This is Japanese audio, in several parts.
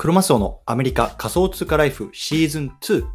クロマスオのアメリカ仮想通貨ライフシーズン2。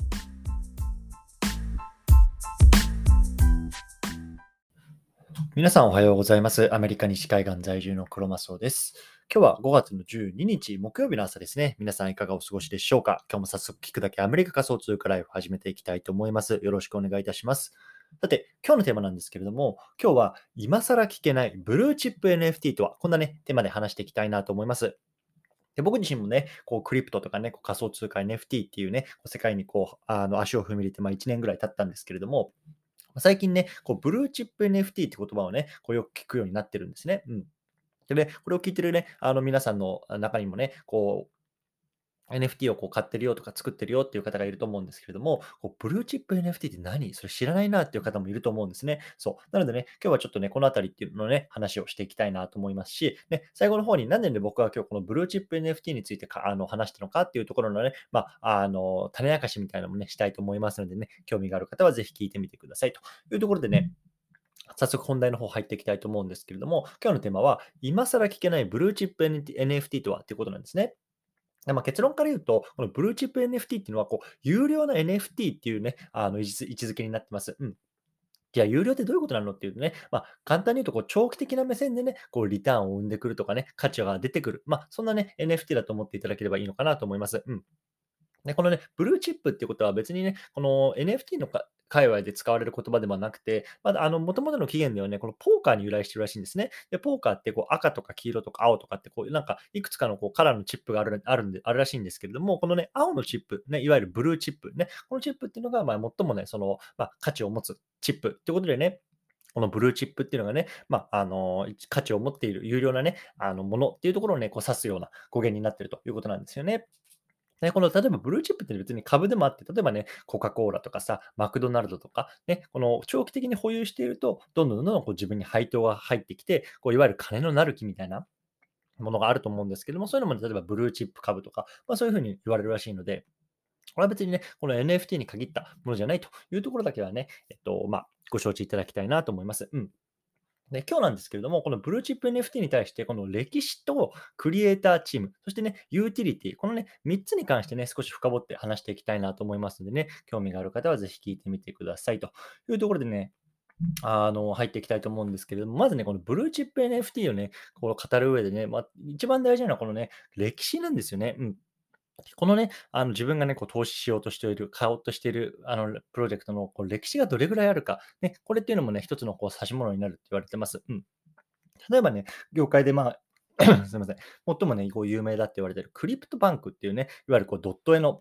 皆さんおはようございます。アメリカ西海岸在住のクロマスオです。今日は5月の12日木曜日の朝ですね。皆さんいかがお過ごしでしょうか。今日も早速聞くだけアメリカ仮想通貨ライフ始めていきたいと思います。よろしくお願いいたします。さて、今日のテーマなんですけれども、今日は今更聞けないブルーチップ NFT とは、こんなね、テーマで話していきたいなと思います。で、僕自身もね、クリプトとかね、仮想通貨 NFT っていうね、世界に足を踏み入れて、1年ぐらい経ったんですけれども、最近ね、ブルーチップ NFT って言葉をね、よく聞くようになってるんですね。うん。でね、これを聞いてるね、皆さんの中にもね、NFT を買ってるよとか作ってるよっていう方がいると思うんですけれども、ブルーチップ NFT って何それ知らないなっていう方もいると思うんですね。そう。なのでね、今日はちょっとね、このあたりっていうのをね、話をしていきたいなと思いますし、ね、最後の方になんでね、僕は今日このブルーチップ NFT について話したのかっていうところのね、種明かしみたいなのもね、したいと思いますのでね、興味がある方はぜひ聞いてみてくださいというところでね、早速本題の方入っていきたいと思うんですけれども、今日のテーマは、今更聞けないブルーチップ NFT とはっていうことなんですね。結論から言うと、このブルーチップ NFT っていうのは、有料な NFT っていうね、位置づけになってます。うん。じゃあ、有料ってどういうことなのっていうとね、簡単に言うと、長期的な目線でね、リターンを生んでくるとかね、価値が出てくる。そんなね、NFT だと思っていただければいいのかなと思います。うん。で、このね、ブルーチップっていうことは別にね、この NFT の界隈で使われる言葉ではなくて、元々の起源ではね、このポーカーに由来してるらしいんですね。で、ポーカーって赤とか黄色とか青とかってなんかいくつかのカラーのチップがあるらしいんですけれども、このね、青のチップ、ね、いわゆるブルーチップね、このチップっていうのが、最もね、価値を持つチップってことでね、このブルーチップっていうのがね、価値を持っている有料なね、ものっていうところをね、指すような語源になっているということなんですよね。例えばブルーチップって別に株でもあって、例えばね、コカ・コーラとかさ、マクドナルドとか、ね、この長期的に保有していると、どんどん自分に配当が入ってきて、いわゆる金のなる木みたいなものがあると思うんですけども、そういうのも例えばブルーチップ株とか、そういうふうに言われるらしいので、これは別にね、この NFT に限ったものじゃないというところだけはね、ご承知いただきたいなと思います。うん。で、今日なんですけれども、このブルーチップ NFT に対して、この歴史とクリエイターチーム、そしてね、ユーティリティ、このね、3つに関してね、少し深掘って話していきたいなと思いますのでね、興味がある方はぜひ聞いてみてくださいというところでね、入っていきたいと思うんですけれども、まずね、このブルーチップ NFT をね、語る上でね、一番大事なのはこのね、歴史なんですよね。うん。このね、自分がね、投資しようとしている、買おうとしている、プロジェクトの歴史がどれぐらいあるか、ね、これっていうのもね、一つの指し物になるって言われてます。うん。例えばね、業界ですみません、最もね、有名だって言われているクリプトバンクっていうね、いわゆるドット絵の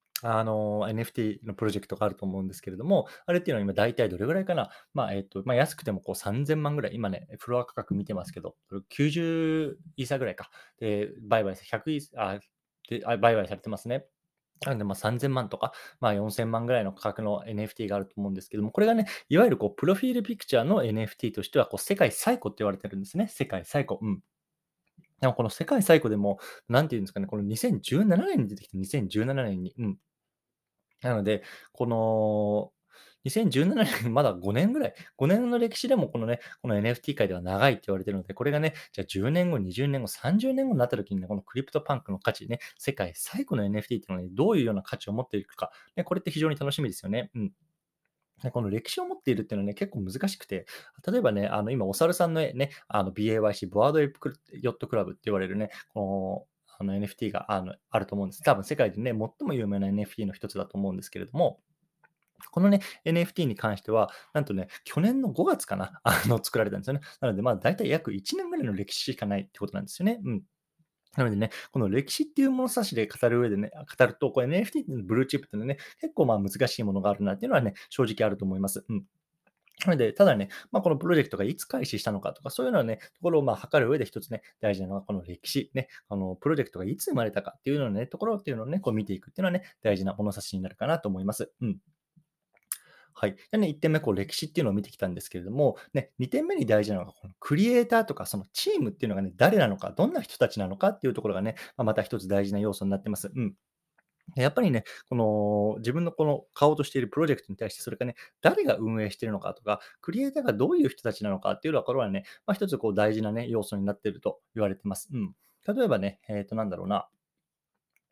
NFT のプロジェクトがあると思うんですけれども、あれっていうのは今大体どれぐらいかな。安くても3000万ぐらい、今ね、フロア価格見てますけど、90イーサぐらいか。で、100イーサ、売買されてますね。なので、3000万とか、4000万ぐらいの価格の NFT があると思うんですけども、これがね、いわゆるプロフィールピクチャーの NFT としては、世界最古って言われてるんですね。世界最古。うん。でもこの世界最古でも、なんていうんですかね、この2017年に出てきた2017年に、うん。なので、この2017年、まだ5年ぐらい、5年の歴史でもこの NFT 界では長いって言われているので、これがね、じゃあ10年後、20年後、30年後になった時にね、このクリプトパンクの価値ね、世界最古の NFT っていうのはね、どういうような価値を持っているか、ね、これって非常に楽しみですよね。うん。この歴史を持っているっていうのはね、結構難しくて、例えばね、今、お猿さんのね、BAYC、ボワードヨットクラブって言われるね、NFT があると思うんです。多分世界でね、最も有名な NFT の一つだと思うんですけれども、このね、NFT に関しては、なんとね、去年の5月かな、作られたんですよね。なので、だいたい約1年ぐらいの歴史しかないってことなんですよね。うん。なのでね、この歴史っていう物差しで語る上でね、語ると、NFT のブルーチップっていうのはね、結構難しいものがあるなっていうのはね、正直あると思います。うん。なので、ただね、このプロジェクトがいつ開始したのかとか、そういうのはね、ところを測る上で一つね、大事なのはこの歴史ね、プロジェクトがいつ生まれたかっていうのね、ところっていうのをね、見ていくっていうのはね、大事な物差しになるかなと思います。うん。はい。でね、1点目、歴史っていうのを見てきたんですけれども、ね、2点目に大事なのが、このクリエイターとか、そのチームっていうのがね、誰なのか、どんな人たちなのかっていうところがね、また一つ大事な要素になってます。うん。やっぱりね、自分の買おうとしているプロジェクトに対して、それがね、誰が運営しているのかとか、クリエイターがどういう人たちなのかっていうところはね、一つ大事なね、要素になっていると言われてます。うん。例えばね、なんだろうな。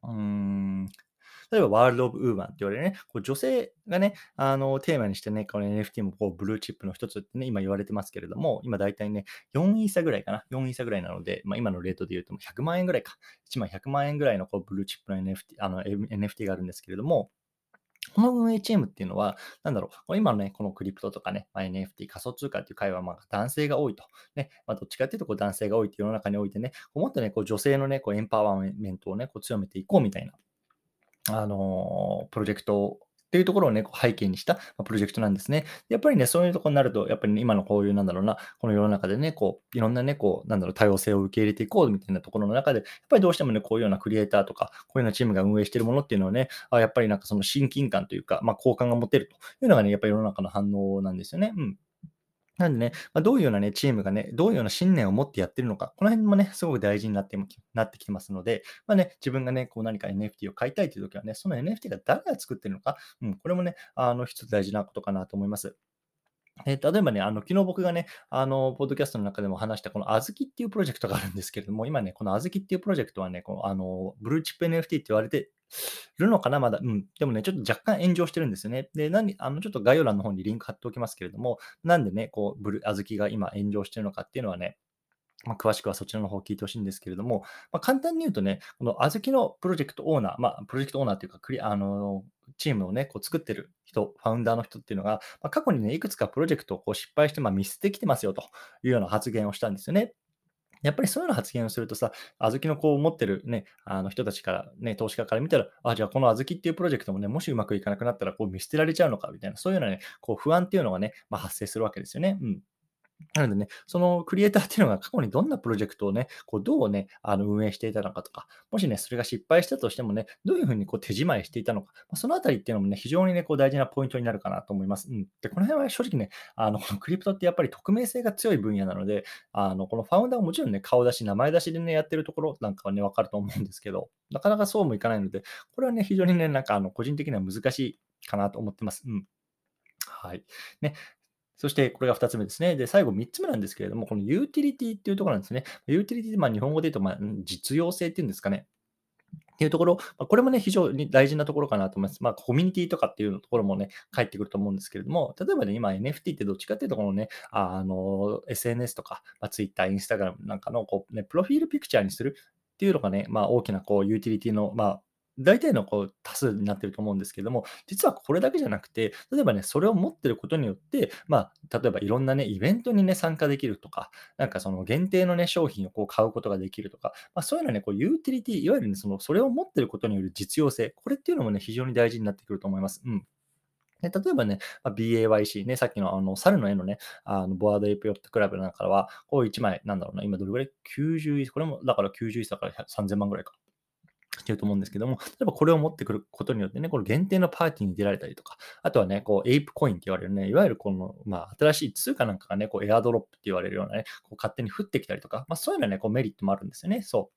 うーん。例えば、ワールド・オブ・ウーマンって言われるね、こう女性がね、テーマにしてね、この NFT もこうブルーチップの一つってね、今言われてますけれども、今だいたいね、4イーサぐらいかな、4イーサぐらいなので、今のレートで言うと100万円ぐらいか、1枚100万円ぐらいのこうブルーチップの NFT があるんですけれども、この運営チームっていうのは、これ今のね、このクリプトとかね、NFT、仮想通貨っていう会話は男性が多いと。ね、どっちかっていうとこう男性が多いっていう世の中においてね、もっとね、こう女性のね、こうエンパワーメントをね、こう強めていこうみたいなプロジェクトっていうところをね、こう背景にした、プロジェクトなんですね。やっぱりね、そういうところになると、やっぱりね、今のこういうこの世の中でね、こう、いろんなね、こう、多様性を受け入れていこうみたいなところの中で、やっぱりどうしてもね、こういうようなクリエイターとか、こういうようなチームが運営しているものっていうのはね、やっぱりその親近感というか、好感が持てるというのがね、やっぱり世の中の反応なんですよね。うん。なんでね、どういうようなね、チームがね、どういうような信念を持ってやってるのか、この辺もね、すごく大事になってきてますので、自分がね、こう何か NFT を買いたいという時はね、その NFT が誰が作ってるのか、これもね、一つ大事なことかなと思います。例えばね、昨日僕がね、ポッドキャストの中でも話したこのあずきっていうプロジェクトがあるんですけれども、今ね、このあずきっていうプロジェクトはね、ブルーチップ NFT って言われてるのかな、まだ。うん。でもね、ちょっと若干炎上してるんですよね。で、ちょっと概要欄の方にリンク貼っておきますけれども、なんでね、こう、あずきが今炎上してるのかっていうのはね、詳しくはそちらの方を聞いてほしいんですけれども、簡単に言うとね、この小豆のプロジェクトオーナー、プロジェクトオーナーというか、チームをね、こう作ってる人、ファウンダーの人っていうのが、過去にね、いくつかプロジェクトをこう失敗して、見捨ててきてますよというような発言をしたんですよね。やっぱりそういうような発言をするとさ、小豆のこう持ってるね、人たちからね、投資家から見たら、じゃあこの小豆っていうプロジェクトもね、もしうまくいかなくなったらこう見捨てられちゃうのかみたいな、そういうようなね、こう不安っていうのがね、発生するわけですよね。うん。なのでね、そのクリエイターっていうのが過去にどんなプロジェクトをね、こうどうね、運営していたのかとか、もしね、それが失敗したとしてもね、どういうふうにこう手仕舞いしていたのか、そのあたりっていうのもね、非常にね、こう大事なポイントになるかなと思います。うん。で、この辺は正直ね、このクリプトってやっぱり匿名性が強い分野なので、このファウンダーはもちろんね、顔出し、名前出しでね、やってるところなんかはね、わかると思うんですけど、なかなかそうもいかないので、これはね、非常にね、個人的には難しいかなと思ってます。うん。はい。ね。そしてこれが2つ目ですね。で、最後3つ目なんですけれども、このユーティリティっていうところなんですね。ユーティリティって日本語で言うと、実用性っていうんですかね。っていうところ、これもね、非常に大事なところかなと思います。コミュニティとかっていうところもね、返ってくると思うんですけれども、例えばね、今 NFT ってどっちかっていうと、このね、SNS とか、Twitter、Instagram なんかのこう、ね、プロフィールピクチャーにするっていうのがね、大きなこうユーティリティの、大体のこう多数になってると思うんですけども、実はこれだけじゃなくて、例えばね、それを持ってることによって、例えばいろんなね、イベントにね、参加できるとか、その限定のね、商品をこう買うことができるとか、そういうのはね、こうユーティリティ、いわゆるね、それを持ってることによる実用性、これっていうのもね、非常に大事になってくると思います。うん。で、例えばね、BAYC ね、さっきの猿の絵のね、ボワードエイプヨットクラブなんかは、こう1枚、今どれぐらい ?90 イーサ、これもだから90イーサから3000万ぐらいか。してると思うんですけども、例えばこれを持ってくることによってね、この限定のパーティーに出られたりとか、あとはね、こう、エイプコインって言われるね、いわゆるこの、新しい通貨なんかがね、こう、エアドロップって言われるようなね、こう勝手に降ってきたりとか、そういうのはね、こうメリットもあるんですよね。そう。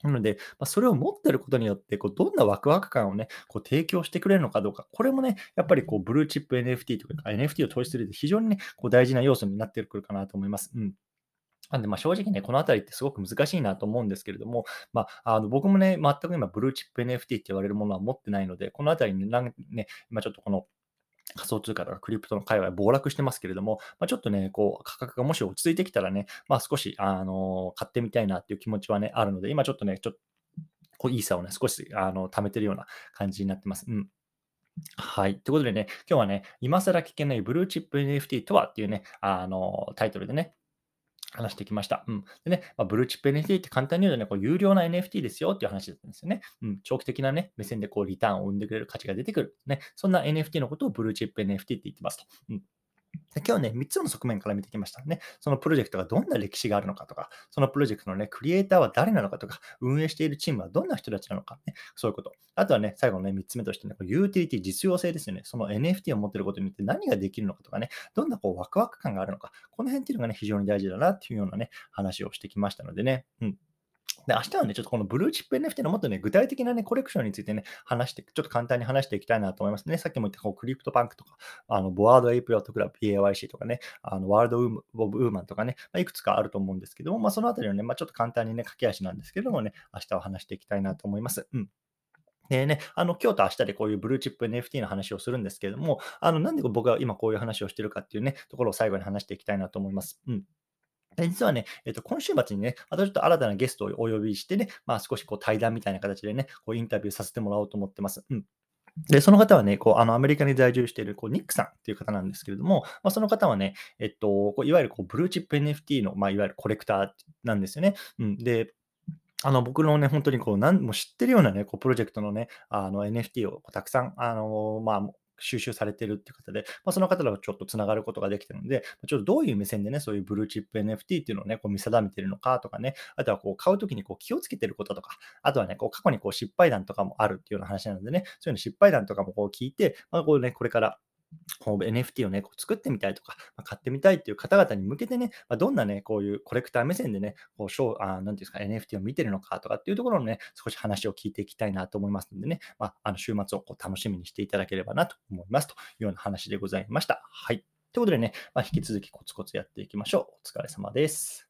なので、それを持ってることによって、こう、どんなワクワク感をね、こう、提供してくれるのかどうか、これもね、やっぱりこう、ブルーチップ NFT とか NFT を投資する上で非常にね、こう、大事な要素になってくるかなと思います。うん。なんで、正直ね、このあたりってすごく難しいなと思うんですけれども、僕もね、全く今、ブルーチップ NFT って言われるものは持ってないので、このあたりに今ちょっとこの仮想通貨とかクリプトの界隈暴落してますけれども、ちょっとね、こう、価格がもし落ち着いてきたらね、少し、買ってみたいなっていう気持ちはね、あるので、今ちょっとね、こう、イーサをね、少し、貯めてるような感じになってます。うん。はい。ということでね、今日はね、今更聞けないブルーチップ NFT とはっていうね、タイトルでね、話してきました。うん。でね、ブルーチップ NFT って簡単に言うとね、こう有料な NFT ですよっていう話だったんですよね。うん。長期的なね、目線でこうリターンを生んでくれる価値が出てくる。ね。そんな NFT のことをブルーチップ NFT って言ってますと。うん。で今日ね、3つの側面から見てきましたね。そのプロジェクトがどんな歴史があるのかとか、そのプロジェクトのね、クリエイターは誰なのかとか、運営しているチームはどんな人たちなのか、ね、そういうこと。あとはね、最後のね、3つ目としてね、これユーティリティ、実用性ですよね。その NFT を持っていることによって何ができるのかとかね、どんなこうワクワク感があるのか、この辺っていうのがね、非常に大事だなっていうようなね、話をしてきましたのでね。うん。で、明日はね、ちょっとこのブルーチップ NFT のもっとね、具体的なね、コレクションについてね、ちょっと簡単に話していきたいなと思いますね。さっきも言ったこうクリプトパンクとか、ボワードエイプヨットクラブ PAYC とかね、ワールドウームオブウーマンとかね、いくつかあると思うんですけども、そのあたりをね、ちょっと簡単にね、駆け足なんですけどもね、明日は話していきたいなと思います。うん。 でね、今日と明日でこういうブルーチップ NFT の話をするんですけれども、なんで僕が今こういう話をしてるかっていうね、ところを最後に話していきたいなと思います。うん。で、実はね、今週末にね、またちょっと新たなゲストをお呼びしてね、少しこう対談みたいな形でね、こうインタビューさせてもらおうと思ってます。うん。で、その方はね、アメリカに在住している、ニックさんっていう方なんですけれども、その方はね、いわゆるブルーチップ NFT の、いわゆるコレクターなんですよね。うん。で、僕のね、本当になんもう知ってるようなね、プロジェクトのね、NFT をたくさん、収集されてるっていう方で、その方とちょっとつながることができたので、ちょっとどういう目線でね、そういうブルーチップ NFT っていうのをね、見定めてるのかとかね、あとは買うときに気をつけてることとか、あとはね、過去に失敗談とかもあるっていうような話なのでね、そういうの失敗談とかも聞いて、これからNFT をね、作ってみたいとか、買ってみたいっていう方々に向けてね、どんなね、こういうコレクター目線でね、なんていうんですか、NFT を見てるのかとかっていうところのね、少し話を聞いていきたいなと思いますのでね、週末を楽しみにしていただければなと思いますというような話でございました。はい。ということでね、引き続きコツコツやっていきましょう。お疲れ様です。